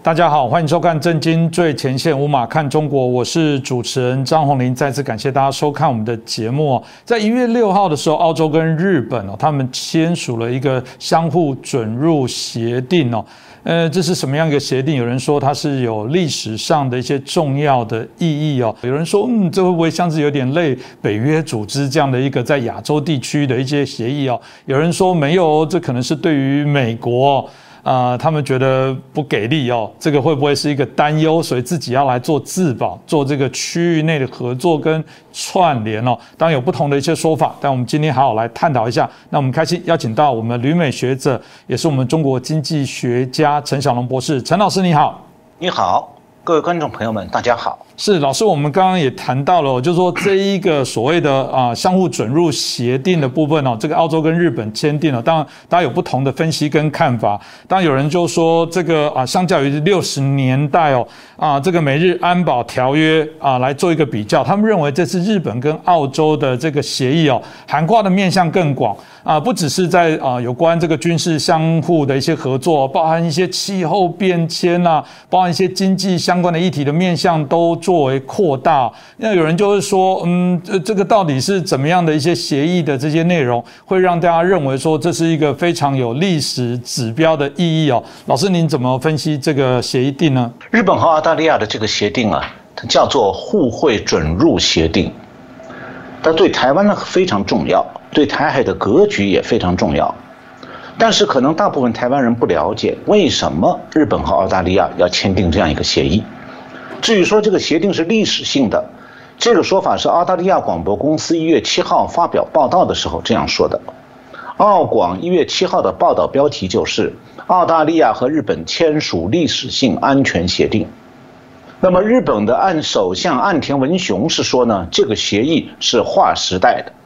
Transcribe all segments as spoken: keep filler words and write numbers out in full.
大家好，欢迎收看《震惊最前线》，无马看中国，我是主持人张宏林。再次感谢大家收看我们的节目哦。在一月六号的时候，澳洲跟日本哦，他们签署了一个相互准入协定哦。呃，这是什么样一个协定？有人说它是有历史上的一些重要的意义哦。有人说，嗯，这会不会像是有点类北约组织这样的一个在亚洲地区的一些协议哦？有人说没有，这可能是对于美国哦。呃，他们觉得不给力哦，这个会不会是一个担忧？所以自己要来做自保，做这个区域内的合作跟串联哦。当然有不同的一些说法，但我们今天好好来探讨一下。那我们开心邀请到我们旅美学者，也是我们中国经济学家陈小龙博士。陈老师你好。 你好，各位观众朋友们，大家好。 是老师，我们刚刚也谈到了，就是说这一个所谓的啊相互准入协定的部分哦，这个澳洲跟日本签订了，当然大家有不同的分析跟看法。当然有人就说这个啊，相较于六十年代哦啊这个美日安保条约啊来做一个比较，他们认为这次日本跟澳洲的这个协议哦，涵盖的面向更广啊，不只是在啊有关这个军事相互的一些合作，包含一些气候变迁啊，包含一些经济相关的议题的面向都作为扩大。那有人就会说，嗯，这个到底是怎么样的一些协议的这些内容，会让大家认为说这是一个非常有历史指标的意义哦？老师，您怎么分析这个协定呢？ 日本和澳大利亚的这个协定啊，它叫做互惠准入协定，它对台湾呢非常重要，对台海的格局也非常重要。但是可能大部分台湾人不了解，为什么日本和澳大利亚要签订这样一个协议。至于说这个协定是历史性的，这个说法是澳大利亚广播公司一月七号发表报道的时候这样说的。澳广一月七号的报道标题就是澳大利亚和日本签署历史性安全协定。那么日本的岸首相岸田文雄是说呢，这个协议是划时代的。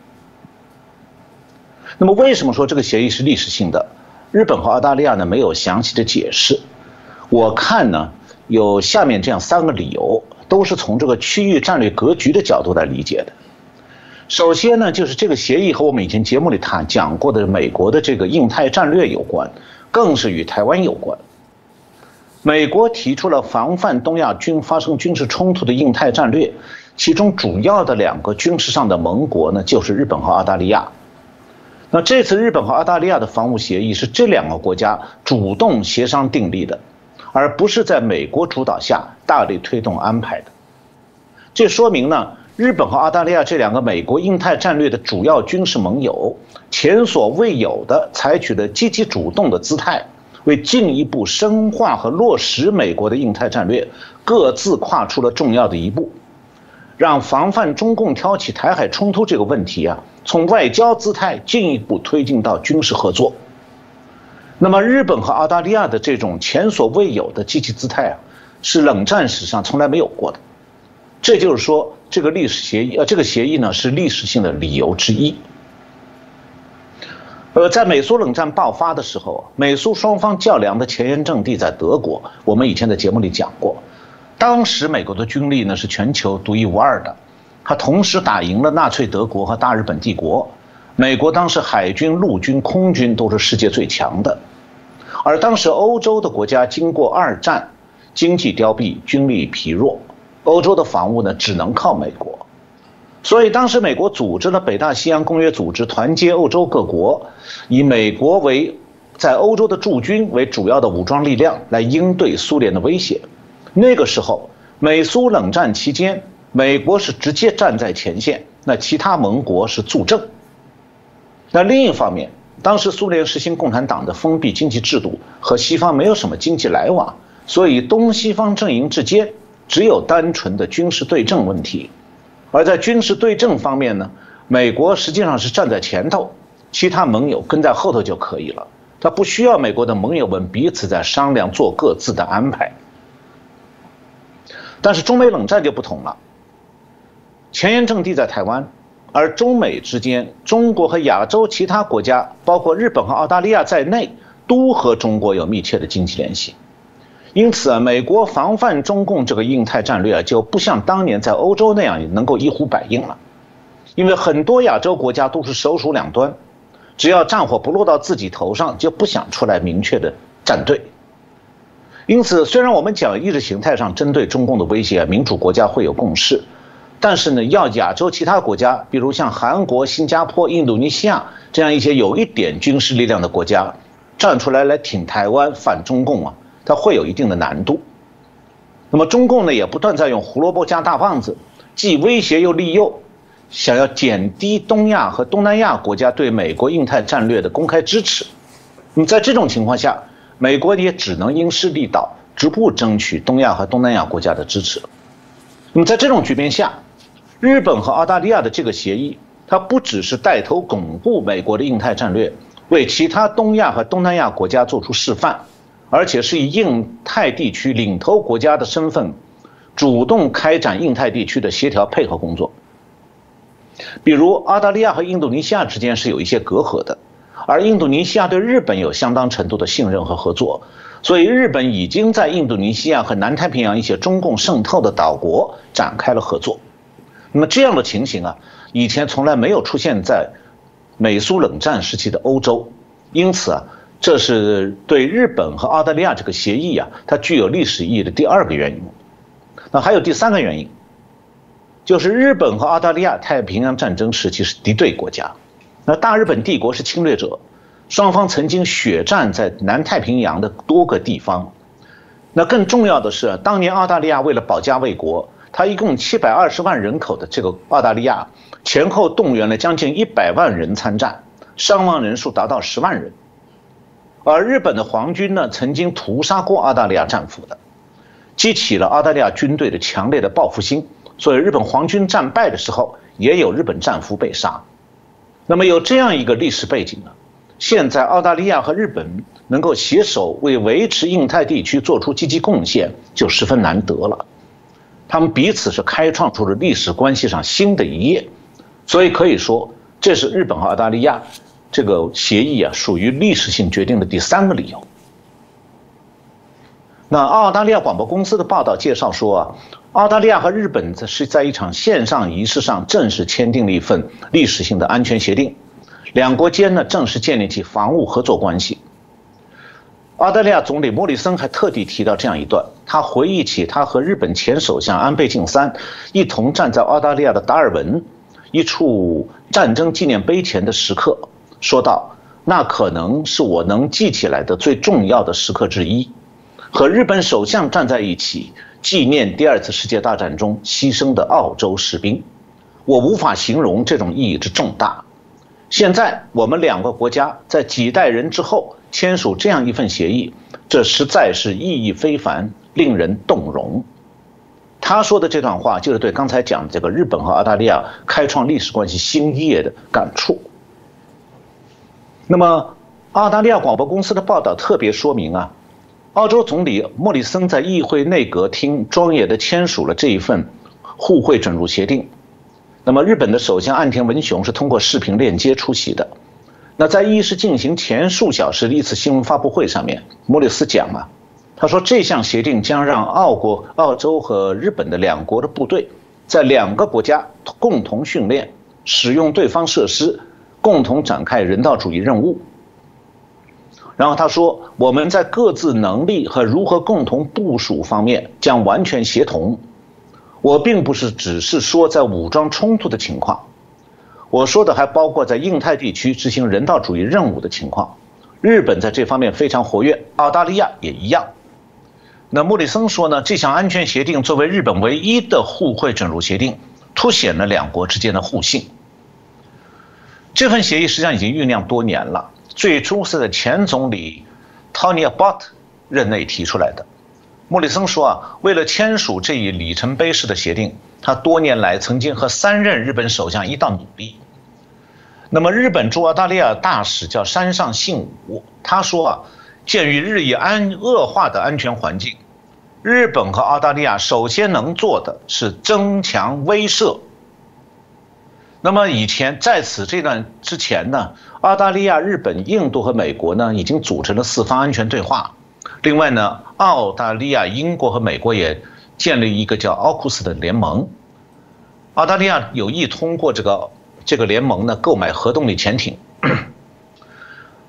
那么为什么说这个协议是历史性的？日本和澳大利亚呢没有详细的解释。我看呢有下面这样三个理由，都是从这个区域战略格局的角度来理解的。首先呢，就是这个协议和我们以前节目里谈讲过的美国的这个印太战略有关，更是与台湾有关。美国提出了防范东亚军发生军事冲突的印太战略，其中主要的两个军事上的盟国呢，就是日本和澳大利亚。那这次日本和澳大利亚的防务协议是这两个国家主动协商订立的，而不是在美国主导下大力推动安排的。这说明呢，日本和澳大利亚这两个美国印太战略的主要军事盟友，前所未有的采取了积极主动的姿态，为进一步深化和落实美国的印太战略，各自跨出了重要的一步，让防范中共挑起台海冲突这个问题啊，从外交姿态进一步推进到军事合作。那么日本和澳大利亚的这种前所未有的积极姿态啊，是冷战史上从来没有过的。这就是说，这个历史协议，呃，这个协议呢是历史性的理由之一。呃，在美苏冷战爆发的时候，美苏双方较量的前沿阵地在德国，我们以前在节目里讲过。当时美国的军力呢是全球独一无二的，它同时打赢了纳粹德国和大日本帝国。美国当时海军、陆军、空军都是世界最强的。而当时欧洲的国家经过二战，经济凋敝，军力疲弱，欧洲的防务呢只能靠美国。所以当时美国组织了北大西洋公约组织，团结欧洲各国，以美国为在欧洲的驻军为主要的武装力量来应对苏联的威胁。那个时候美苏冷战期间，美国是直接站在前线，那其他盟国是助阵。那另一方面，当时苏联实行共产党的封闭经济制度，和西方没有什么经济来往，所以东西方阵营之间只有单纯的军事对阵问题。而在军事对阵方面呢，美国实际上是站在前头，其他盟友跟在后头就可以了，他不需要美国的盟友们彼此在商量做各自的安排。但是中美冷战就不同了，前沿阵地在台湾，而中美之间，中国和亚洲其他国家，包括日本和澳大利亚在内，都和中国有密切的经济联系。因此啊，美国防范中共这个印太战略啊，就不像当年在欧洲那样能够一呼百应了。因为很多亚洲国家都是首鼠两端，只要战火不落到自己头上，就不想出来明确的站队。 因此，虽然我们讲意识形态上针对中共的威胁，民主国家会有共识，但是呢，要亚洲其他国家，比如像韩国、新加坡、印度尼西亚这样一些有一点军事力量的国家，站出来来挺台湾、反中共啊，它会有一定的难度。那么中共呢，也不断在用胡萝卜加大棒子，既威胁又利诱，想要减低东亚和东南亚国家对美国印太战略的公开支持。那么在这种情况下，美国也只能因势利导，逐步争取东亚和东南亚国家的支持。那么在这种局面下，日本和澳大利亚的这个协议，它不只是带头巩固美国的印太战略，为其他东亚和东南亚国家做出示范，而且是以印太地区领头国家的身份，主动开展印太地区的协调配合工作。比如澳大利亚和印度尼西亚之间是有一些隔阂的，而印度尼西亚对日本有相当程度的信任和合作，所以日本已经在印度尼西亚和南太平洋一些中共渗透的岛国展开了合作。那么这样的情形啊，以前从来没有出现在美苏冷战时期的欧洲，因此啊，这是对日本和澳大利亚这个协议啊，它具有历史意义的第二个原因。那还有第三个原因，就是日本和澳大利亚太平洋战争时期是敌对国家，那大日本帝国是侵略者，双方曾经血战在南太平洋的多个地方。那更重要的是，当年澳大利亚为了保家卫国，它一共七百二十万人口的这个澳大利亚，前后动员了将近一百万人参战，伤亡人数达到十万人。而日本的皇军呢，曾经屠杀过澳大利亚战俘的，激起了澳大利亚军队的强烈的报复心，所以日本皇军战败的时候，也有日本战俘被杀。那么有这样一个历史背景呢，现在澳大利亚和日本能够携手为维持印太地区做出积极贡献，就十分难得了。他们彼此是开创出了历史关系上新的一页，所以可以说，这是日本和澳大利亚这个协议啊，属于历史性决定的第三个理由。那澳大利亚广播公司的报道介绍说啊，澳大利亚和日本是在一场线上仪式上正式签订了一份历史性的安全协定，两国间呢正式建立起防务合作关系。澳大利亚总理莫里森还特地提到这样一段，他回忆起他和日本前首相安倍晋三一同站在澳大利亚的达尔文一处战争纪念碑前的时刻，说道：“那可能是我能记起来的最重要的时刻之一。和日本首相站在一起，纪念第二次世界大战中牺牲的澳洲士兵，我无法形容这种意义之重大。现在我们两个国家在几代人之后签署这样一份协议，这实在是意义非凡，令人动容。”他说的这段话就是对刚才讲的这个日本和澳大利亚开创历史关系新一页的感触。那么澳大利亚广播公司的报道特别说明啊，澳洲总理莫里森在议会内阁厅庄严地签署了这一份互惠准入协定。那么日本的首相岸田文雄是通过视频链接出席的。那在议事进行前数小时的一次新闻发布会上面，莫里斯讲啊，他说这项协定将让澳国、澳洲和日本的两国的部队在两个国家共同训练，使用对方设施，共同展开人道主义任务。然后他说，我们在各自能力和如何共同部署方面将完全协同。我并不是只是说在武装冲突的情况，我说的还包括在印太地区执行人道主义任务的情况。日本在这方面非常活跃，澳大利亚也一样。那莫里森说呢，这项安全协定作为日本唯一的互惠准入协定，凸显了两国之间的互信。这份协议实际上已经酝酿多年了，最初是在前总理 Tony Abbott 任内提出来的。莫里森说啊，为了签署这一里程碑式的协定，他多年来曾经和三任日本首相一道努力。那么日本驻澳大利亚大使叫山上信武，他说啊，鉴于日益安恶化的安全环境，日本和澳大利亚首先能做的是增强威慑。那么以前在此这段之前呢，澳大利亚、日本、印度和美国呢已经组成了四方安全对话。另外呢，澳大利亚、英国和美国也建立一个叫奥库斯的联盟。澳大利亚有意通过这个这个联盟呢购买核动力潜艇。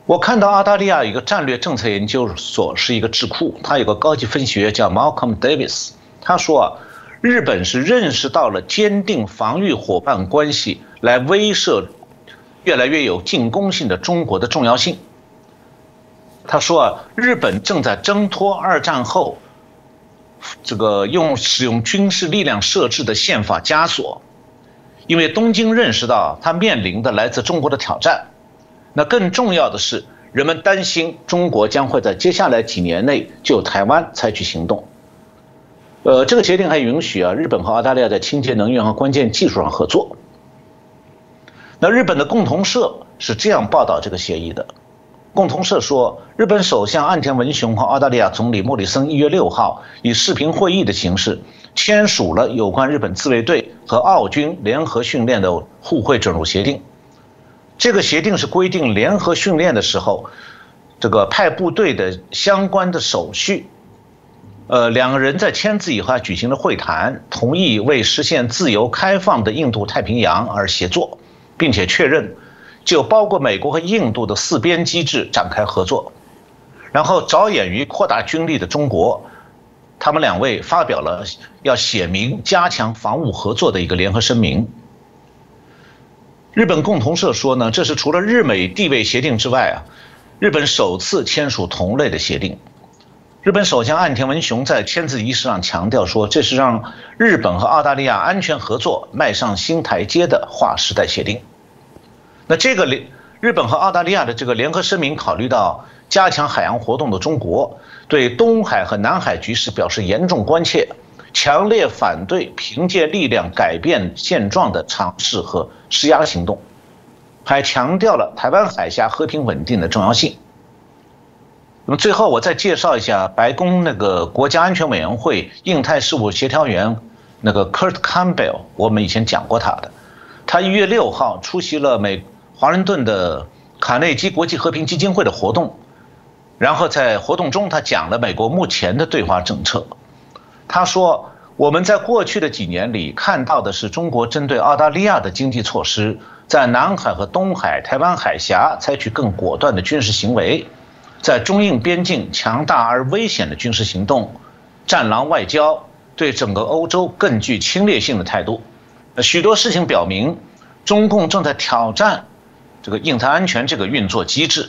我看到澳大利亚有一个战略政策研究所是一个智库，它有个高级分析员叫 Malcolm Davis， 他说啊，日本是认识到了坚定防御伙伴关系来威慑越来越有进攻性的中国的重要性。他说啊，日本正在挣脱二战后这个用使用军事力量设置的宪法枷锁，因为东京认识到它面临的来自中国的挑战。那更重要的是，人们担心中国将会在接下来几年内就台湾采取行动。呃，这个协定还允许啊，日本和澳大利亚在清洁能源和关键技术上合作。那日本的共同社是这样报道这个协议的。共同社说，日本首相岸田文雄和澳大利亚总理莫里森一月六号以视频会议的形式签署了有关日本自卫队和澳军联合训练的互惠准入协定。这个协定是规定联合训练的时候，这个派部队的相关的手续。呃，两个人在签字以后举行了会谈，同意为实现自由开放的印度太平洋而协作，并且确认就包括美国和印度的四边机制展开合作。然后着眼于扩大军力的中国，他们两位发表了要写明加强防务合作的一个联合声明。日本共同社说呢，这是除了日美地位协定之外啊，日本首次签署同类的协定。日本首相岸田文雄在签字仪式上强调说，这是让日本和澳大利亚安全合作迈上新台阶的划时代协定。那这个日本和澳大利亚的这个联合声明考虑到加强海洋活动的中国对东海和南海局势表示严重关切，强烈反对凭借力量改变现状的尝试和施压行动，还强调了台湾海峡和平稳定的重要性。那么最后我再介绍一下白宫那个国家安全委员会印太事务协调员那个 Kurt Campbell， 我们以前讲过他的，他一月六号出席了美华盛顿的卡内基国际和平基金会的活动，然后在活动中他讲了美国目前的对华政策。他说，我们在过去的几年里看到的是中国针对澳大利亚的经济措施，在南海和东海、台湾海峡采取更果断的军事行为，在中印边境强大而危险的军事行动，战狼外交，对整个欧洲更具侵略性的态度。许多事情表明，中共正在挑战这个印太安全这个运作机制。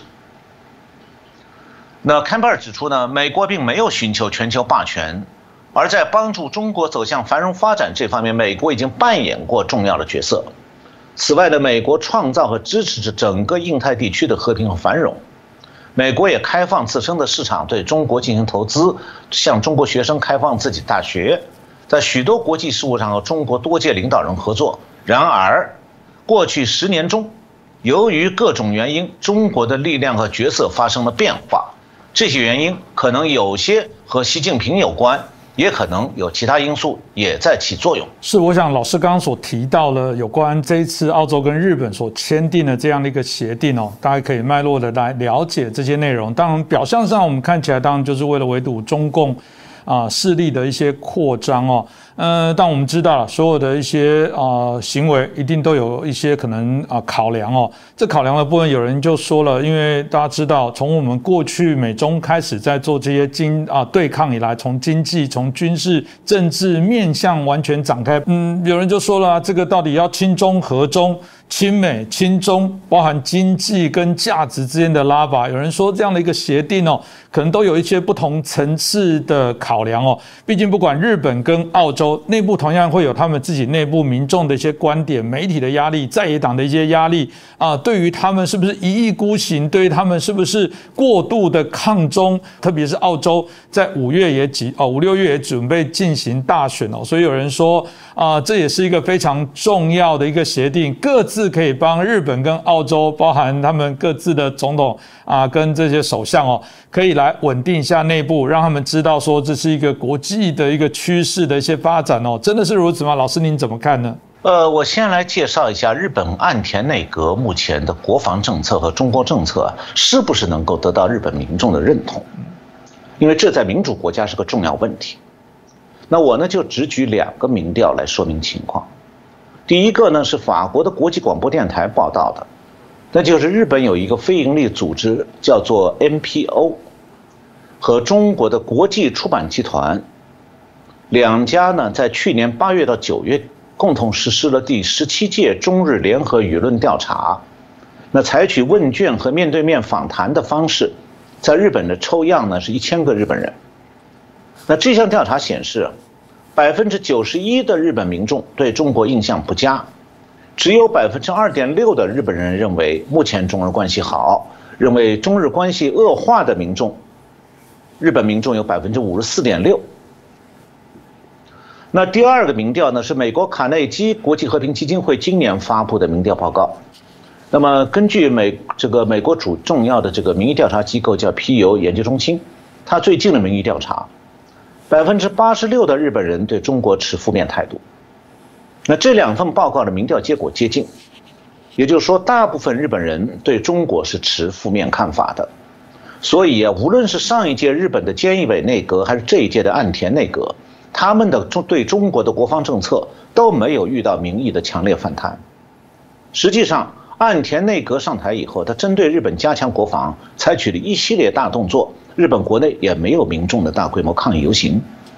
那坎贝尔指出呢，美国并没有寻求全球霸权，而在帮助中国走向繁荣发展这方面，美国已经扮演过重要的角色。此外呢，美国创造和支持着整个印太地区的和平和繁荣。美国也开放自身的市场，对中国进行投资，向中国学生开放自己大学，在许多国际事务上和中国多届领导人合作。然而，过去十年中，由于各种原因，中国的力量和角色发生了变化。这些原因可能有些和习近平有关，也可能有其他因素也在起作用。 是，我想老师刚刚所提到了有关这一次澳洲跟日本所签订的这样的一个协定哦，大家可以脉络的来了解这些内容。当然，表象上我们看起来当然就是为了围堵中共啊势力的一些扩张哦。呃，但我们知道了，所有的一些啊、呃、行为一定都有一些可能啊、呃、考量哦。这考量的部分，有人就说了，因为大家知道，从我们过去美中开始在做这些经啊、呃、对抗以来，从经济、从军事、政治面向完全展开。嗯，有人就说了、啊，这个到底要亲中、和中、亲美、亲中，包含经济跟价值之间的拉拔。有人说这样的一个协定哦，可能都有一些不同层次的考量哦。毕竟不管日本跟澳洲。内部同样会有他们自己内部民众的一些观点、媒体的压力、在野党的一些压力啊、呃，对于他们是不是一意孤行，对于他们是不是过度的抗中，特别是澳洲在五月也几哦五六月也准备进行大选哦，所以有人说啊、呃，这也是一个非常重要的一个协定，各自可以帮日本跟澳洲，包含他们各自的总统啊、呃、跟这些首相哦，可以来稳定一下内部，让他们知道说这是一个国际的一个趋势的一些发展哦，真的是如此吗？老师您怎么看呢？ 呃，我先来介绍一下日本岸田内阁目前的国防政策和中国政策是不是能够得到日本民众的认同，因为这在民主国家是个重要问题。那我呢就只举两个民调来说明情况。第一个呢是法国的国际广播电台报道的， 那就是日本有一个非营利组织叫做 N P O， 和中国的国际出版集团两家呢，在去年八月到九月共同实施了第十七届中日联合舆论调查。那采取问卷和面对面访谈的方式，在日本的抽样呢是一千个日本人。那这项调查显示，百分之九十一的日本民众对中国印象不佳，只有百分之二点六的日本人认为目前中日关系好，认为中日关系恶化的民众，日本民众有百分之五十四点六。那第二个民调呢，是美国卡内基国际和平基金会今年发布的民调报告。那么根据美这个美国主重要的这个民意调查机构叫皮尤研究中心，它最近的民意调查，百分之八十六的日本人对中国持负面态度。那这两份报告的民调结果接近，也就是说，大部分日本人对中国是持负面看法的。所以啊，无论是上一届日本的菅义伟内阁，还是这一届的岸田内阁，他们的中对中国的国防政策都没有遇到民意的强烈反弹。实际上，岸田内阁上台以后，他针对日本加强国防，采取了一系列大动作，日本国内也没有民众的大规模抗议游行。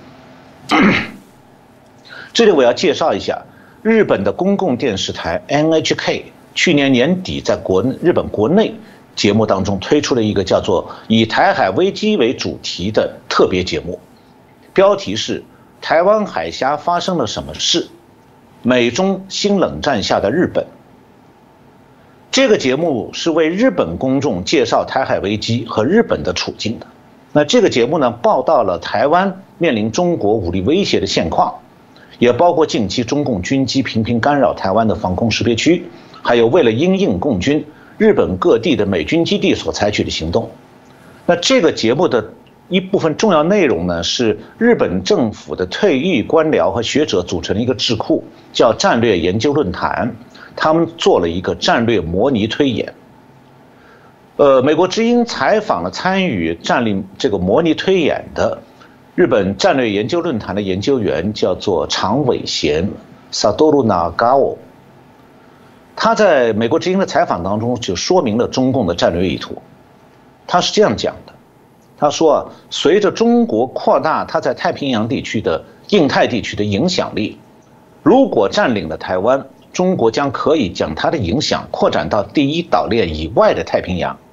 这里我要介绍一下，日本的公共电视台 N H K 去年年底在国日本国内节目当中推出了一个叫做以台海危机为主题的特别节目，标题是台湾海峡发生了什么事？美中新冷战下的日本。这个节目是为日本公众介绍台海危机和日本的处境的。那这个节目呢，报道了台湾面临中国武力威胁的现况，也包括近期中共军机频频干扰台湾的防空识别区，还有为了因应共军，日本各地的美军基地所采取的行动。那这个节目的一部分重要内容呢，是日本政府的退役官僚和学者组成了一个智库，叫战略研究论坛。他们做了一个战略模拟推演。呃，美国之音采访了参与战略这个模拟推演的日本战略研究论坛的研究员，叫做长尾贤 Satoru Nagao。他在美国之音的采访当中就说明了中共的战略意图。他是这样讲的，他说啊，随着中国扩大他在太平洋地区的印太地区的影响力，如果占领了台湾，中国将可以将它的影响扩展到第一岛链以外的太平洋。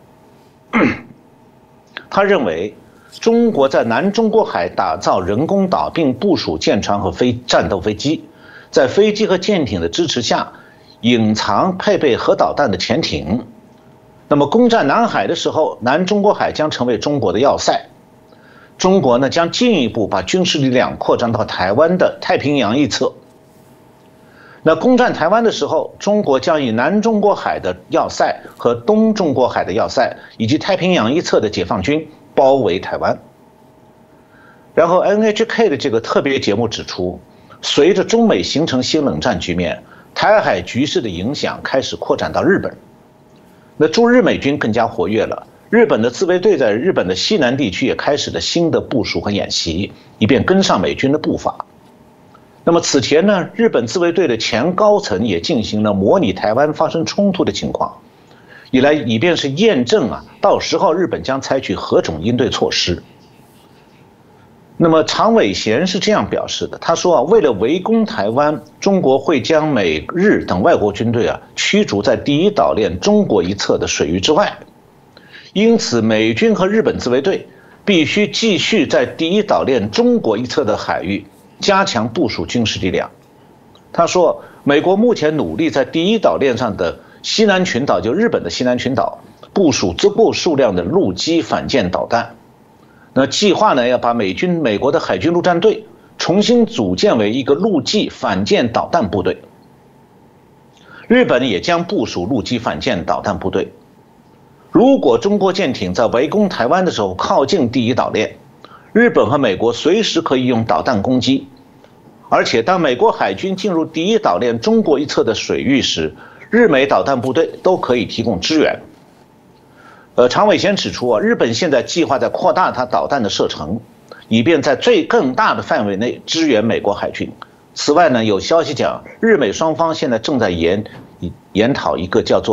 他认为，中国在南中国海打造人工岛，并部署舰船和飞战斗飞机，在飞机和舰艇的支持下，隐藏配备核导弹的潜艇。那么，攻占南海的时候，南中国海将成为中国的要塞。中国呢，将进一步把军事力量扩张到台湾的太平洋一侧。那攻占台湾的时候，中国将以南中国海的要塞和东中国海的要塞，以及太平洋一侧的解放军包围台湾。然后 N H K 的这个特别节目指出，随着中美形成新冷战局面，台海局势的影响开始扩展到日本。那驻日美军更加活跃了，日本的自卫队在日本的西南地区也开始了新的部署和演习，以便跟上美军的步伐。那么此前呢，日本自卫队的前高层也进行了模拟台湾发生冲突的情况，以来以便是验证啊，到时候日本将采取何种应对措施。那么常伟贤是这样表示的，他说啊，为了围攻台湾，中国会将美日等外国军队啊驱逐在第一岛链中国一侧的水域之外，因此美军和日本自卫队必须继续在第一岛链中国一侧的海域加强部署军事力量。他说，美国目前努力在第一岛链上的西南群岛，就日本的西南群岛，部署足够数量的陆基反舰导弹。那计划呢，要把美军美国的海军陆战队重新组建为一个陆基反舰导弹部队。日本也将部署陆基反舰导弹部队。如果中国舰艇在围攻台湾的时候靠近第一岛链，日本和美国随时可以用导弹攻击。而且当美国海军进入第一岛链中国一侧的水域时，日美导弹部队都可以提供支援。呃，常伟贤指出啊，日本现在计划在扩大它导弹的射程，以便在最更大的范围内支援美国海军。此外呢，有消息讲，日美双方现在正在研研讨一个叫做台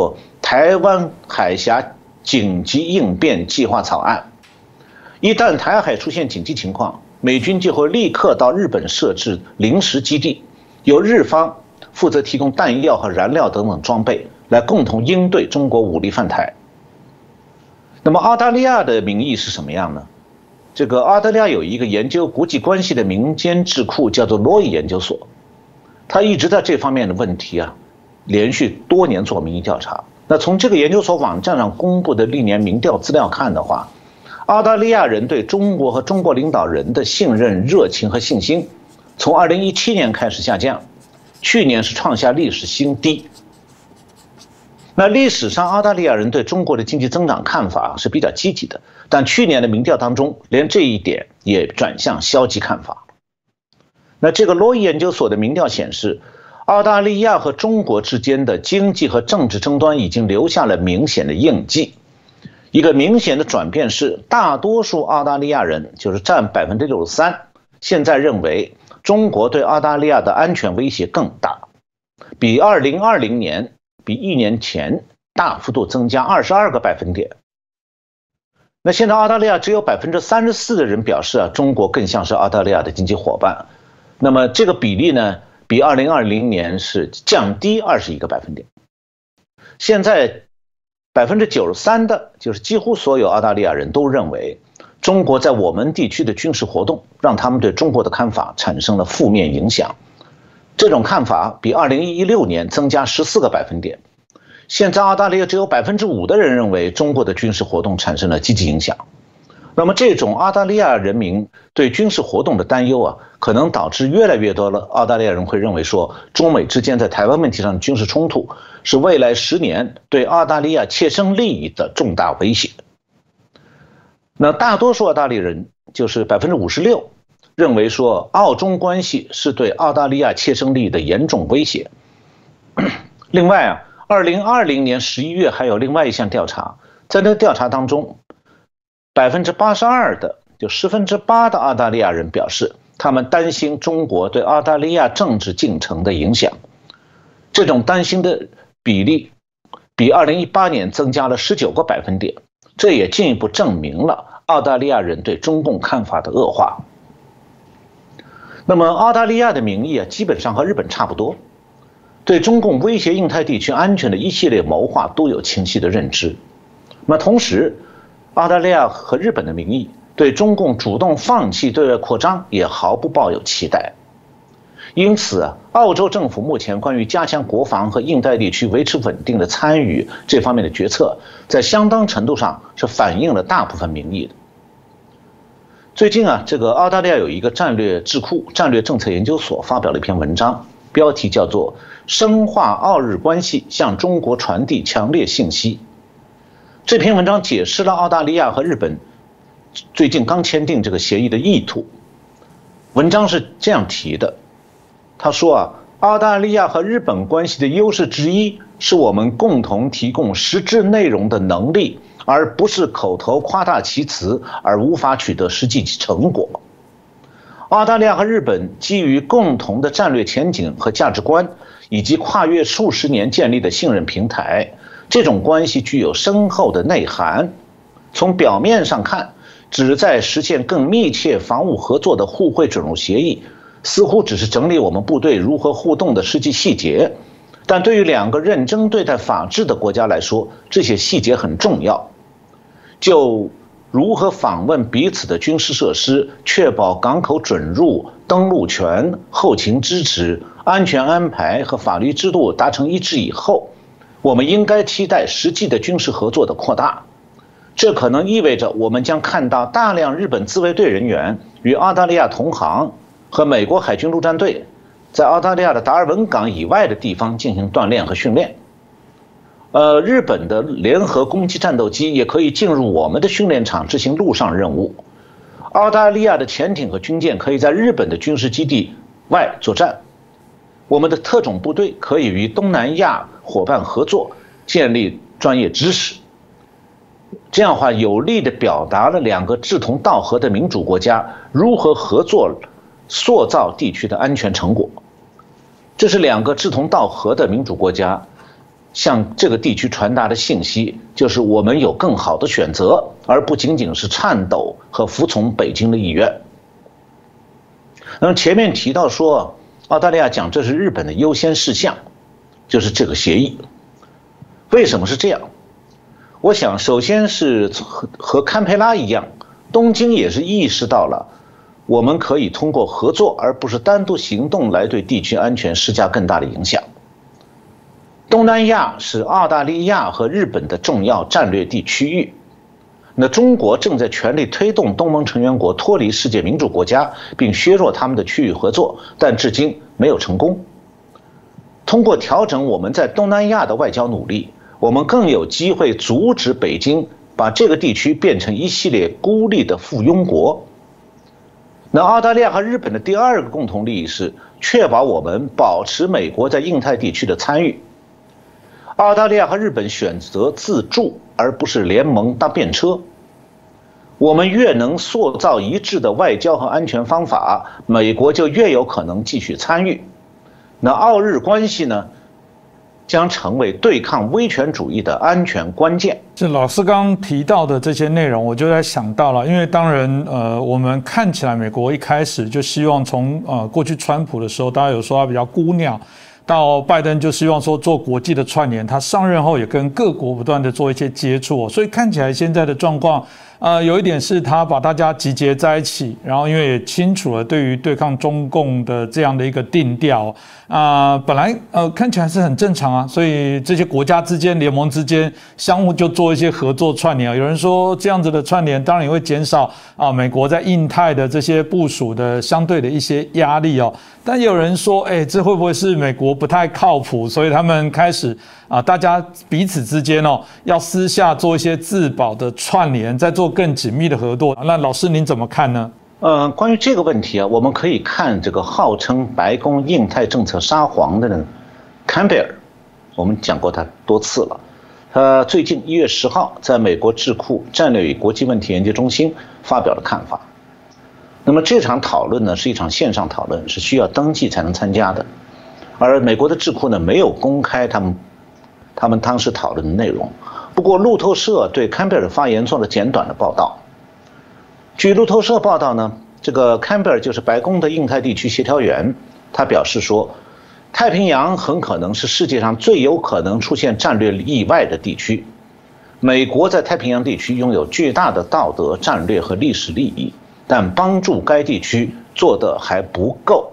台湾海峡紧急应变计划草案。一旦台海出现紧急情况，美军就会立刻到日本设置临时基地，由日方负责提供弹药和燃料等等装备，来共同应对中国武力犯台。那么澳大利亚的民意是什么样呢？这个澳大利亚有一个研究国际关系的民间智库，叫做罗伊研究所，他一直在这方面的问题啊，连续多年做民意调查。那从这个研究所网站上公布的历年民调资料看的话，澳大利亚人对中国和中国领导人的信任、热情和信心，从二零一七年开始下降，去年是创下历史新低。那历史上澳大利亚人对中国的经济增长看法是比较积极的，但去年的民调当中，连这一点也转向消极看法。那这个罗伊研究所的民调显示，澳大利亚和中国之间的经济和政治争端已经留下了明显的印记。一个明显的转变是，大多数澳大利亚人，就是占百分之六十三，现在认为中国对澳大利亚的安全威胁更大，比二零二零年。比一年前大幅度增加二十二个百分点。那现在澳大利亚只有百分之三十四的人表示啊，中国更像是澳大利亚的经济伙伴。那么这个比例呢，比二零二零年是降低二十一个百分点。现在百分之九十三的，就是几乎所有澳大利亚人都认为，中国在我们地区的军事活动让他们对中国的看法产生了负面影响。这种看法比二零一六年增加十四个百分点。现在澳大利亚只有百分之五的人认为中国的军事活动产生了积极影响。那么这种澳大利亚人民对军事活动的担忧啊，可能导致越来越多的澳大利亚人会认为说，中美之间在台湾问题上的军事冲突是未来十年对澳大利亚切身利益的重大威胁。那大多数澳大利亚人就是百分之五十六。认为说澳中关系是对澳大利亚切身利益的严重威胁。另外啊，二零二零年十一月还有另外一项调查，在那个调查当中，百分之八十二的，就十分之八的澳大利亚人表示，他们担心中国对澳大利亚政治进程的影响。这种担心的比例比二零一八年增加了十九个百分点，这也进一步证明了澳大利亚人对中共看法的恶化。那么澳大利亚的民意啊，基本上和日本差不多，对中共威胁印太地区安全的一系列谋划都有清晰的认知。那么同时，澳大利亚和日本的民意对中共主动放弃对外扩张也毫不抱有期待。因此啊，澳洲政府目前关于加强国防和印太地区维持稳定的参与这方面的决策，在相当程度上是反映了大部分民意的。最近啊，这个澳大利亚有一个战略智库战略政策研究所发表了一篇文章，标题叫做《深化澳日关系，向中国传递强烈信息》。这篇文章解释了澳大利亚和日本最近刚签订这个协议的意图。文章是这样提的，他说啊，澳大利亚和日本关系的优势之一是我们共同提供实质内容的能力，而不是口头夸大其词而无法取得实际成果。澳大利亚和日本基于共同的战略前景和价值观，以及跨越数十年建立的信任平台，这种关系具有深厚的内涵。从表面上看，旨在实现更密切防务合作的互惠准入协议，似乎只是整理我们部队如何互动的实际细节。但对于两个认真对待法治的国家来说，这些细节很重要。就如何访问彼此的军事设施，确保港口准入、登陆权、后勤支持、安全安排和法律制度达成一致以后，我们应该期待实际的军事合作的扩大。这可能意味着我们将看到大量日本自卫队人员与澳大利亚同行和美国海军陆战队在澳大利亚的达尔文港以外的地方进行锻炼和训练。呃，日本的联合攻击战斗机也可以进入我们的训练场执行陆上任务。澳大利亚的潜艇和军舰可以在日本的军事基地外作战。我们的特种部队可以与东南亚伙伴合作，建立专业知识。这样的话，有力地表达了两个志同道合的民主国家如何合作塑造地区的安全成果。这是两个志同道合的民主国家向这个地区传达的信息就是我们有更好的选择，而不仅仅是颤抖和服从北京的意愿。那么前面提到说，澳大利亚讲这是日本的优先事项，就是这个协议。为什么是这样？我想首先是和堪培拉一样，东京也是意识到了我们可以通过合作而不是单独行动来对地区安全施加更大的影响。东南亚是澳大利亚和日本的重要战略地区域，那中国正在全力推动东盟成员国脱离世界民主国家，并削弱他们的区域合作，但至今没有成功。通过调整我们在东南亚的外交努力，我们更有机会阻止北京把这个地区变成一系列孤立的附庸国。那澳大利亚和日本的第二个共同利益是确保我们保持美国在印太地区的参与。澳大利亚和日本选择自助而不是联盟搭便车。我们越能塑造一致的外交和安全方法，美国就越有可能继续参与。那澳日关系呢，将成为对抗威权主义的安全关键。 这老师刚刚提到的这些内容，我就在想到了，因为当然，呃，我们看起来美国一开始就希望从呃过去川普的时候，大家有说他比较孤鸟。到拜登就希望说做国际的串联，他上任后也跟各国不断的做一些接触，所以看起来现在的状况，呃，有一点是他把大家集结在一起，然后因为也清楚了对于对抗中共的这样的一个定调，啊、呃，本来呃看起来是很正常啊，所以这些国家之间、联盟之间相互就做一些合作串联。有人说这样子的串联当然也会减少啊、呃、美国在印太的这些部署的相对的一些压力哦，但也有人说，哎，这会不会是美国不太靠谱，所以他们开始啊、呃，大家彼此之间哦，要私下做一些自保的串联，再做更紧密的合作。那老师您怎么看呢？ 呃，关于这个问题啊，我们可以看这个号称白宫印太政策沙皇的呢，坎贝尔，我们讲过他多次了。他最近一月十号在美国智库战略与国际问题研究中心发表了看法。那么这场讨论呢，是一场线上讨论，是需要登记才能参加的。而美国的智库呢，没有公开他们他们当时讨论的内容。不过路透社对坎贝尔的发言做了简短的报道。据路透社报道呢，这个坎贝尔就是白宫的印太地区协调员，他表示说，太平洋很可能是世界上最有可能出现战略意外的地区。美国在太平洋地区拥有巨大的道德、战略和历史利益，但帮助该地区做得还不够。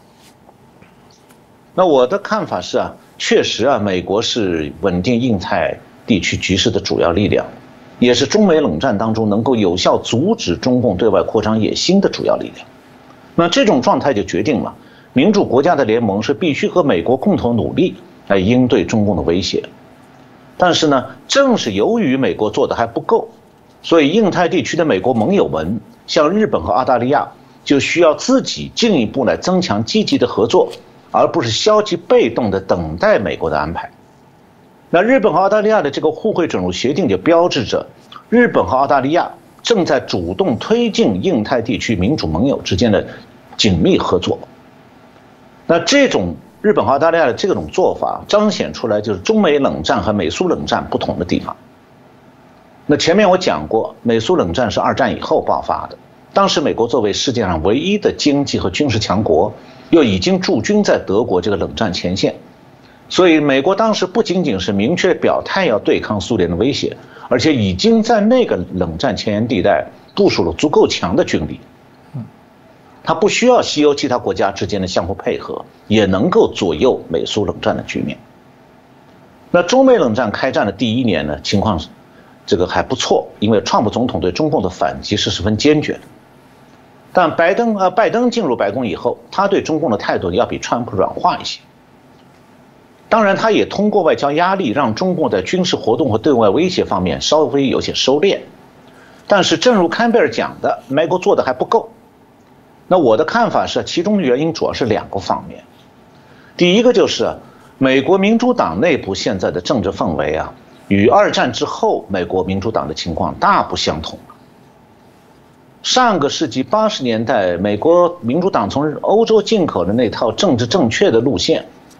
那我的看法是啊，确实啊，美国是稳定印太地区局势的主要力量，也是中美冷战当中能够有效阻止中共对外扩张野心的主要力量。那这种状态就决定了，民主国家的联盟是必须和美国共同努力来应对中共的威胁。但是呢，正是由于美国做的还不够，所以印太地区的美国盟友们，像日本和澳大利亚，就需要自己进一步来增强积极的合作，而不是消极被动的等待美国的安排。那日本和澳大利亚的这个互惠准入协定就标志着日本和澳大利亚正在主动推进印太地区民主盟友之间的紧密合作。那这种日本和澳大利亚的这种做法彰显出来就是中美冷战和美苏冷战不同的地方。那前面我讲过，美苏冷战是二战以后爆发的，当时美国作为世界上唯一的经济和军事强国，又已经驻军在德国这个冷战前线，所以美国当时不仅仅是明确表态要对抗苏联的威胁，而且已经在那个冷战前沿地带部署了足够强的军力。它不需要西欧其他国家之间的相互配合，也能够左右美苏冷战的局面。那中美冷战开战的第一年呢，情况这个还不错，因为川普总统对中共的反击是十分坚决的。但拜登呃拜登进入白宫以后，他对中共的态度要比川普软化一些。当然，他也通过外交压力，让中共在军事活动和对外威胁方面稍微有些收敛。但是，正如坎贝尔讲的，美国做的还不够。那我的看法是，其中的原因主要是两个方面。第一个就是美国民主党内部现在的政治氛围啊，与二战之后美国民主党的情况大不相同。上个世纪八十年代，美国民主党从欧洲进口的那套政治正确的路线，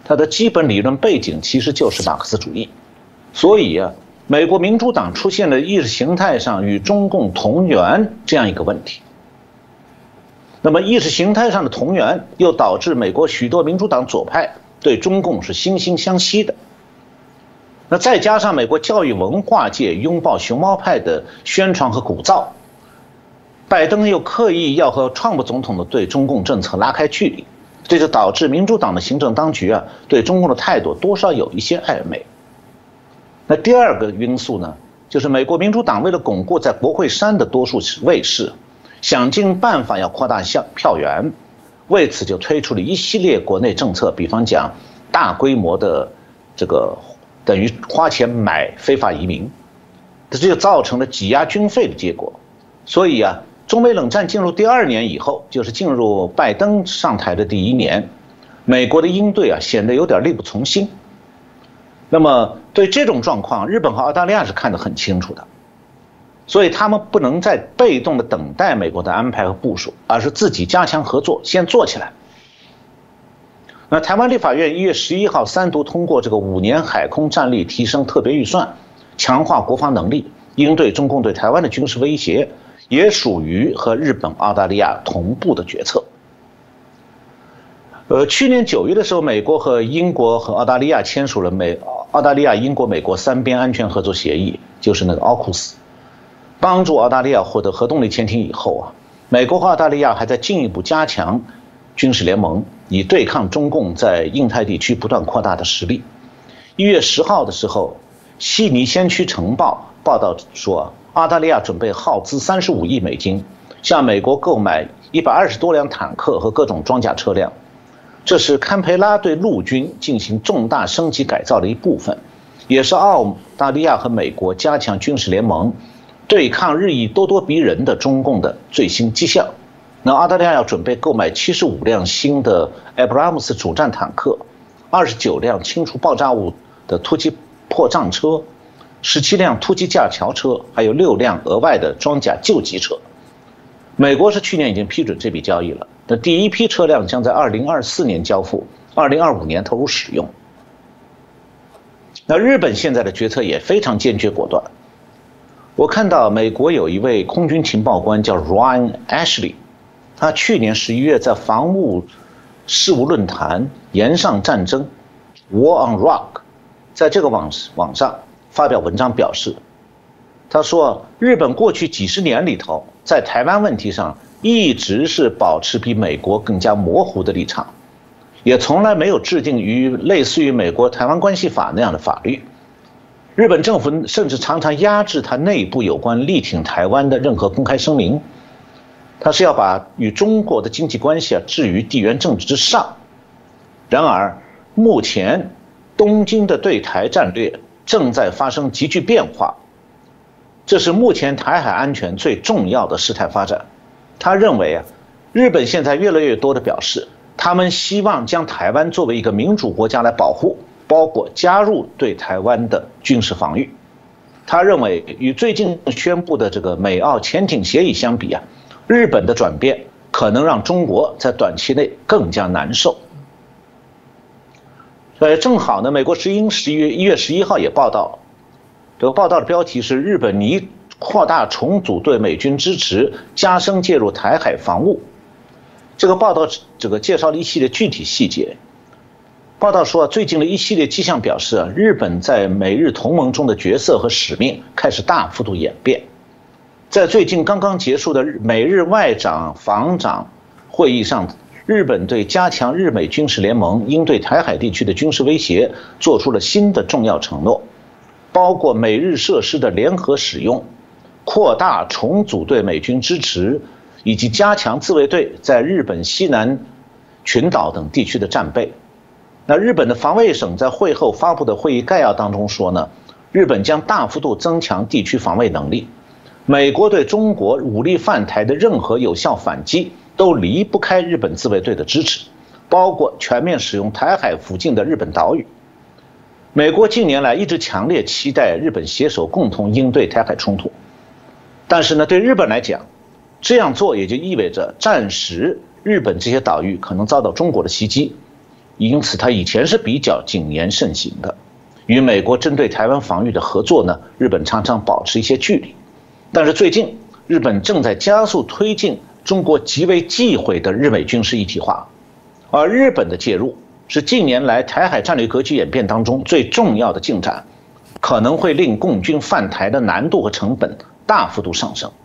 它的基本理论背景其实就是马克思主义。所以啊，美国民主党出现了意识形态上与中共同源这样一个问题。那么意识形态上的同源，又导致美国许多民主党左派对中共是惺惺相惜的。那再加上美国教育文化界拥抱熊猫派的宣传和鼓噪，拜登又刻意要和川普总统的对中共政策拉开距离，这就导致民主党的行政当局啊对中共的态度多少有一些暧昧。那第二个因素呢，就是美国民主党为了巩固在国会山的多数位势，想尽办法要扩大票源，为此就推出了一系列国内政策，比方讲大规模的这个等于花钱买非法移民，这就造成了挤压军费的结果。所以啊，中美冷战进入第二年以后，就是进入拜登上台的第一年，美国的应对啊显得有点力不从心。那么对这种状况，日本和澳大利亚是看得很清楚的，所以他们不能再被动的等待美国的安排和部署，而是自己加强合作，先做起来。那台湾立法院一月十一号三读通过这个五年海空战力提升特别预算，强化国防能力，应对中共对台湾的军事威胁，也属于和日本、澳大利亚同步的决策。呃，去年九月的时候，美国和英国和澳大利亚签署了美澳大利亚、英国、美国三边安全合作协议，就是那个奥库斯，帮助澳大利亚获得核动力潜艇以后啊，美国和澳大利亚还在进一步加强军事联盟，以对抗中共在印太地区不断扩大的实力。一月十号的时候，悉尼先驱晨报报道说，澳大利亚准备耗资三十五亿美金，向美国购买一百二十多辆坦克和各种装甲车辆。这是堪培拉对陆军进行重大升级改造的一部分，也是澳大利亚和美国加强军事联盟，对抗日益咄咄逼人的中共的最新迹象。那澳大利亚要准备购买七十五辆新的埃布拉姆斯主战坦克，二十九辆清除爆炸物的突击破障车，十七辆突击架桥车，还有六辆额外的装甲救急车。美国是去年已经批准这笔交易了，那第一批车辆将在二零二四年交付，二零二五年投入使用。那日本现在的决策也非常坚决果断。我看到美国有一位空军情报官叫 Ryan Ashley， 他去年十一月在防务事务论坛岩上战争 War on Rock， 在这个网网上发表文章表示，他说日本过去几十年里头，在台湾问题上一直是保持比美国更加模糊的立场，也从来没有制定于类似于美国台湾关系法那样的法律。日本政府甚至常常压制它内部有关力挺台湾的任何公开声明，它是要把与中国的经济关系啊置于地缘政治之上。然而目前东京的对台战略正在发生急剧变化，这是目前台海安全最重要的事态发展。他认为啊，日本现在越来越多的表示，他们希望将台湾作为一个民主国家来保护，包括加入对台湾的军事防御。他认为与最近宣布的这个美澳潜艇协议相比啊，日本的转变可能让中国在短期内更加难受。呃，正好呢，美国之音十一月一月十一号也报道，这个报道的标题是日本拟扩大重组对美军支持，加深介入台海防务。这个报道这个介绍了一系列具体细节。报道说，最近的一系列迹象表示，日本在美日同盟中的角色和使命开始大幅度演变。在最近刚刚结束的美日外长、防长会议上，日本对加强日美军事联盟应对台海地区的军事威胁做出了新的重要承诺，包括美日设施的联合使用、扩大重组对美军支持，以及加强自卫队在日本西南群岛等地区的战备。那日本的防卫省在会后发布的会议概要当中说呢，日本将大幅度增强地区防卫能力，美国对中国武力犯台的任何有效反击都离不开日本自卫队的支持，包括全面使用台海附近的日本岛屿。美国近年来一直强烈期待日本携手共同应对台海冲突，但是呢，对日本来讲，这样做也就意味着暂时日本这些岛屿可能遭到中国的袭击， 因此它以前是比较谨言慎行的。与美国针对台湾防御的合作呢，日本常常保持一些距离。但是最近，日本正在加速推进中国极为忌讳的日美军事一体化，而日本的介入是近年来台海战略格局演变当中最重要的进展，可能会令共军犯台的难度和成本大幅度上升。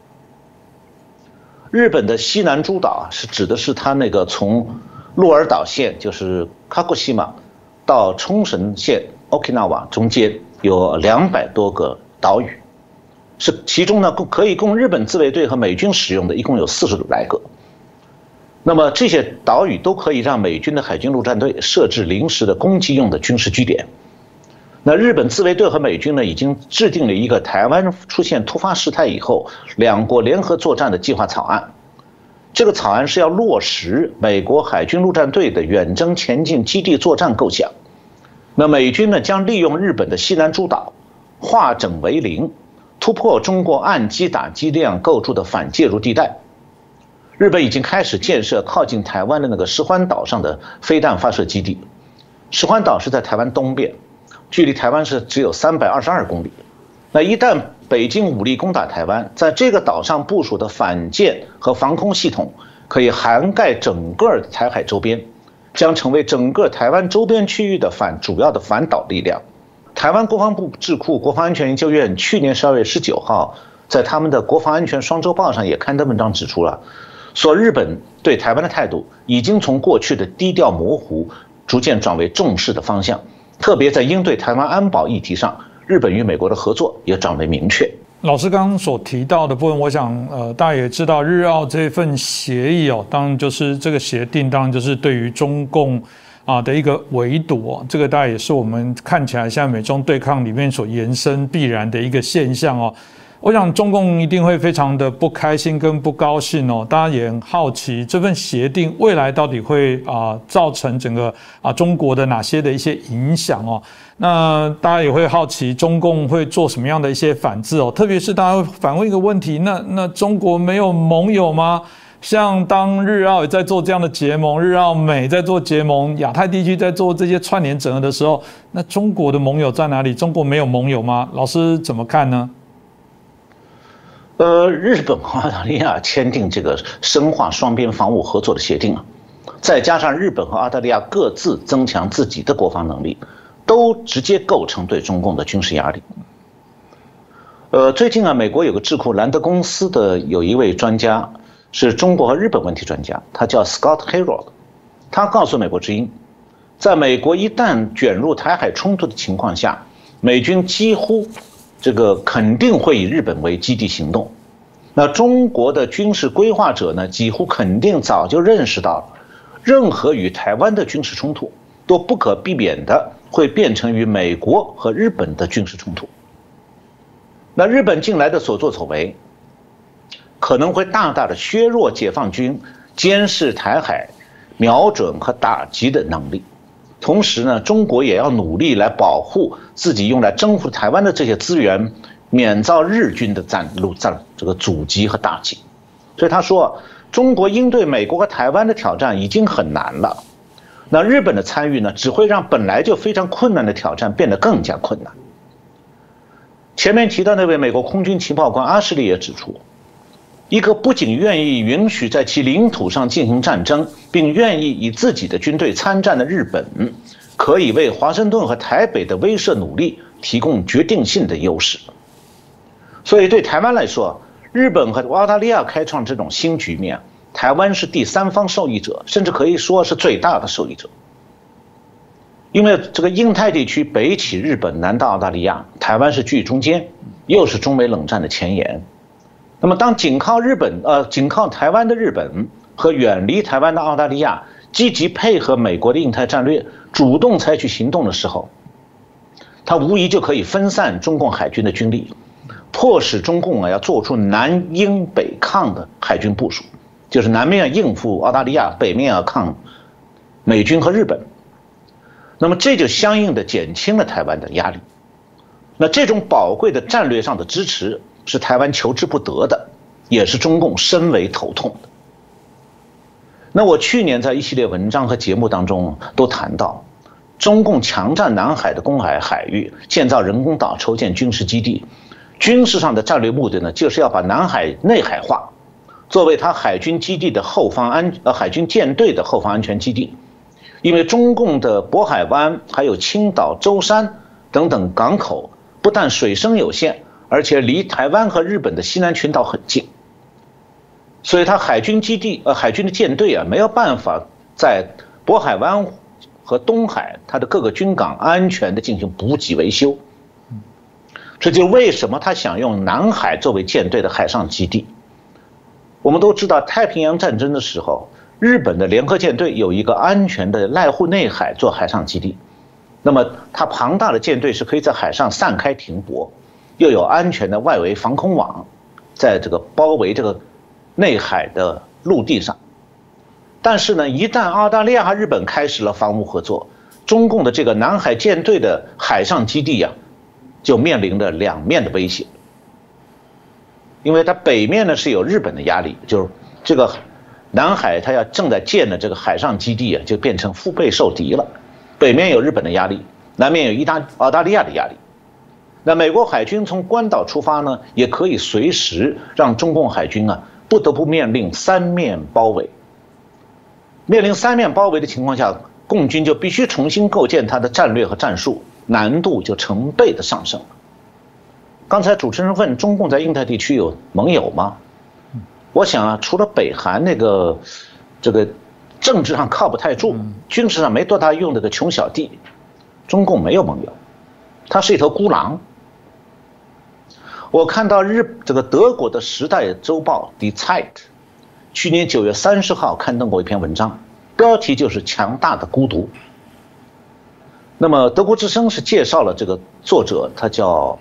日本的西南诸岛啊，是指的是它那个从鹿儿岛县，就是卡古西马，到冲绳县 Okinawa 中间有两百多个岛屿，是其中呢可以供日本自卫队和美军使用的，一共有四十来个。那么这些岛屿都可以让美军的海军陆战队设置临时的攻击用的军事据点。那日本自卫队和美军呢，已经制定了一个台湾出现突发事态以后两国联合作战的计划草案。这个草案是要落实美国海军陆战队的远征前进基地作战构想。那美军呢，将利用日本的西南诸岛化整为零，突破中国岸基打击量构筑的反介入地带。日本已经开始建设靠近台湾的那个石垣岛上的飞弹发射基地。石垣岛是在台湾东边，距离台湾是只有三百二十二公里。那一旦北京武力攻打台湾，在这个岛上部署的反舰和防空系统可以涵盖整个台海周边，将成为整个台湾周边区域的反主要的反导力量。台湾国防部智库国防安全研究院去年十二月十九号在他们的国防安全双周报上也刊登文章指出了，说日本对台湾的态度已经从过去的低调模糊逐渐转为重视的方向，特别在应对台湾安保议题上，日本与美国的合作也转为明确。 老师刚刚所提到的部分，我想呃大家也知道，日澳这份协议哦，当然就是这个协定，当然就是对于中共啊的一个围堵哦，这个大概也是我们看起来现在美中对抗里面所延伸必然的一个现象哦。我想中共一定会非常的不开心跟不高兴哦，大家也很好奇这份协定未来到底会啊、呃、造成整个啊中国的哪些的一些影响哦。那大家也会好奇中共会做什么样的一些反制哦，特别是大家会反问一个问题，那那中国没有盟友吗？像当日澳也在做这样的结盟，日澳美在做结盟，亚太地区在做这些串联整合的时候，那中国的盟友在哪里？中国没有盟友吗？老师怎么看呢？ 呃，日本和澳大利亚签订这个深化双边防务合作的协定啊，再加上日本和澳大利亚各自增强自己的国防能力，都直接构成对中共的军事压力。呃，最近啊，美国有个智库兰德公司的有一位专家是中国和日本问题专家，他叫 Scott Harold， 他告诉美国之音，在美国一旦卷入台海冲突的情况下，美军几乎这个肯定会以日本为基地行动。那中国的军事规划者呢，几乎肯定早就认识到了，任何与台湾的军事冲突都不可避免的会变成与美国和日本的军事冲突。那日本近来的所作所为，可能会大大的削弱解放军监视台海、瞄准和打击的能力。同时呢，中国也要努力来保护自己用来征服台湾的这些资源，免遭日军的战陆战这个阻击和打击。所以他说，中国应对美国和台湾的挑战已经很难了，那日本的参与呢，只会让本来就非常困难的挑战变得更加困难。前面提到那位美国空军情报官阿什利也指出，一个不仅愿意允许在其领土上进行战争，并愿意以自己的军队参战的日本，可以为华盛顿和台北的威慑努力提供决定性的优势。所以对台湾来说，日本和澳大利亚开创这种新局面，台湾是第三方受益者，甚至可以说是最大的受益者。因为这个印太地区北起日本，南到澳大利亚，台湾是居中间，又是中美冷战的前沿。那么当紧靠日本呃紧靠台湾的日本和远离台湾的澳大利亚积极配合美国的印太战略，主动采取行动的时候，它无疑就可以分散中共海军的军力，迫使中共啊要做出南应北抗的海军部署，就是南面应付澳大利亚，北面要抗美军和日本。那么这就相应的减轻了台湾的压力。那这种宝贵的战略上的支持是台湾求之不得的，也是中共深为头痛的。 那我去年在一系列文章和节目当中都谈到，中共强占南海的公海海域，建造人工岛，筹建军事基地，军事上的战略目的呢，就是要把南海内海化，作为它海军基地的后方安呃海军舰队的后方安全基地。因为中共的渤海湾还有青岛、舟山等等港口，不但水深有限，而且离台湾和日本的西南群岛很近，所以它海军基地呃海军的舰队啊没有办法在渤海湾和东海它的各个军港安全的进行补给维修。这就为什么他想用南海作为舰队的海上基地。我们都知道太平洋战争的时候，日本的联合舰队有一个安全的濑户内海做海上基地，那么它庞大的舰队是可以在海上散开停泊，又有安全的外围防空网，在这个包围这个内海的陆地上。但是呢，一旦澳大利亚和日本开始了防务合作，中共的这个南海舰队的海上基地啊，就面临着两面的威胁。因为它北面呢是有日本的压力，就是这个南海它要正在建的这个海上基地啊，就变成腹背受敌了。北面有日本的压力，南面有意大澳大利亚的压力。那美国海军从关岛出发呢，也可以随时让中共海军啊不得不面临三面包围。面临三面包围的情况下，共军就必须重新构建它的战略和战术，难度就成倍的上升。刚才主持人问中共在印太地区有盟友吗？我想啊，除了北韩那个这个政治上靠不太住，军事上没多大用的个穷小弟，中共没有盟友，他是一头孤狼。我看到日这个德国的《时代周报》Die Zeit 去年九月三十号刊登过一篇文章，标题就是“强大的孤独”。那么德国之声是介绍了这个作者，他叫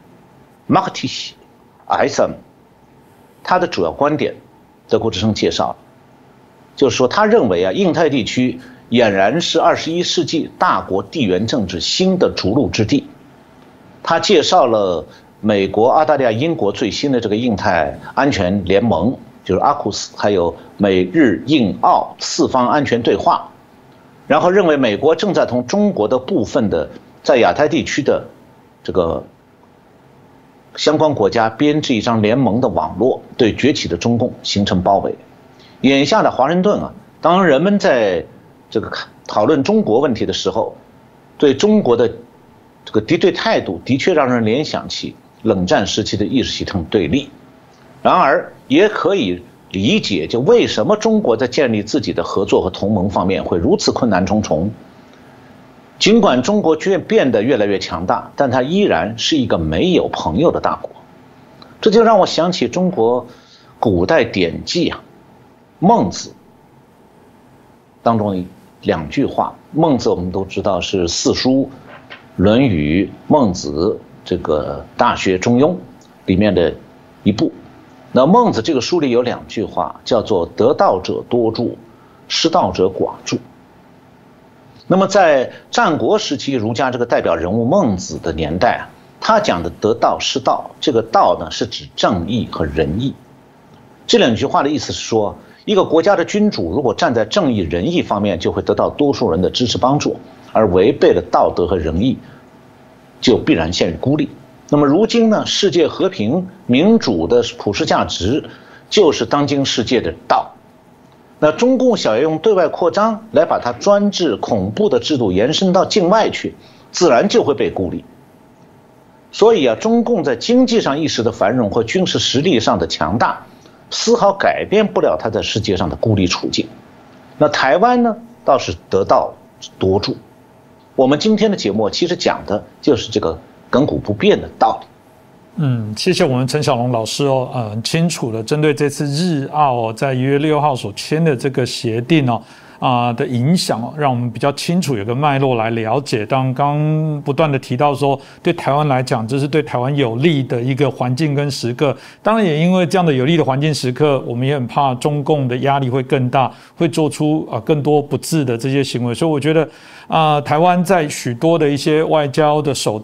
Matthias Eisern， 他的主要观点，德国之声介绍，就是说他认为啊，印太地区俨然是二十一世纪大国地缘政治新的逐鹿之地。他介绍了美国、澳大利亚、英国最新的这个印太安全联盟，就是 A U K U S， 还有美日印澳四方安全对话，然后认为美国正在同中国的部分的在亚太地区的这个相关国家编制一张联盟的网络，对崛起的中共形成包围。眼下的华盛顿啊，当人们在这个讨论中国问题的时候，对中国的这个敌对态度的确让人联想起冷战时期的意识形态对立。然而也可以理解，就为什么中国在建立自己的合作和同盟方面会如此困难重重。尽管中国却变得越来越强大，但它依然是一个没有朋友的大国。这就让我想起中国古代典籍啊，孟子当中两句话。孟子我们都知道是四书，论语、孟子、这个大学、中庸里面的一部。那孟子这个书里有两句话，叫做得道者多助，失道者寡助。那么在战国时期，儒家这个代表人物孟子的年代啊，他讲的得道失道，这个道呢是指正义和仁义。这两句话的意思是说，一个国家的君主如果站在正义仁义方面，就会得到多数人的支持帮助，而违背了道德和仁义，就必然陷于孤立。那么如今呢，世界和平民主的普世价值就是当今世界的道。那中共想要用对外扩张来把它专制恐怖的制度延伸到境外去，自然就会被孤立。所以啊，中共在经济上一时的繁荣和军事实力上的强大，丝毫改变不了它在世界上的孤立处境。那台湾呢，倒是得道多助。我们今天的节目其实讲的就是这个亘古不变的道理。 嗯，谢谢我们陈小龙老师哦，呃，很清楚的针对这次日澳哦，在一月六号所签的这个协定哦，啊、呃、的影响哦，让我们比较清楚有个脉络来了解。当刚不断的提到说，对台湾来讲，这是对台湾有利的一个环境跟时刻。当然，也因为这样的有利的环境时刻，我们也很怕中共的压力会更大，会做出啊、呃、更多不智的这些行为。所以我觉得啊、呃，台湾在许多的一些外交的手段。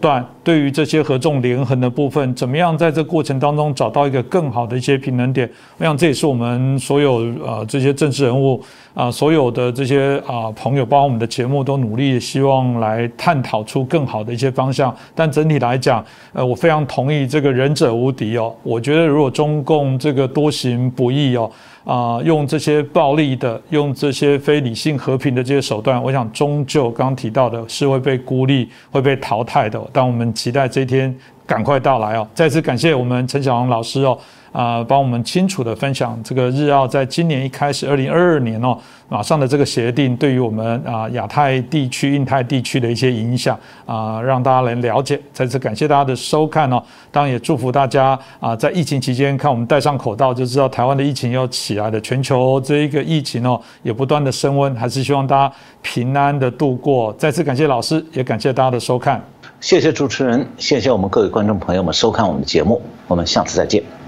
对于这些合纵连横的部分，怎么样在这过程当中找到一个更好的一些平衡点？我想这也是我们所有呃这些政治人物啊、呃，所有的这些啊、呃、朋友，包括我们的节目都努力希望来探讨出更好的一些方向。但整体来讲，呃，我非常同意这个仁者无敌哦。我觉得如果中共这个多行不义哦。啊、呃，用这些暴力的、用这些非理性和平的这些手段，我想终究刚刚提到的是会被孤立、会被淘汰的。但我们期待这一天赶快到来哦！再次感谢我们陈小龙老师哦，啊、呃，帮我们清楚的分享这个日澳在今年一开始，二零二二年哦，马上的这个协定对于我们啊、呃、亚太地区、印太地区的一些影响啊、呃，让大家能了解。再次感谢大家的收看哦，当然也祝福大家啊、呃，在疫情期间看我们戴上口罩就知道台湾的疫情又起来了，全球这一个疫情哦也不断的升温，还是希望大家平安的度过。再次感谢老师，也感谢大家的收看。 谢谢主持人，谢谢我们各位观众朋友们收看我们的节目，我们下次再见。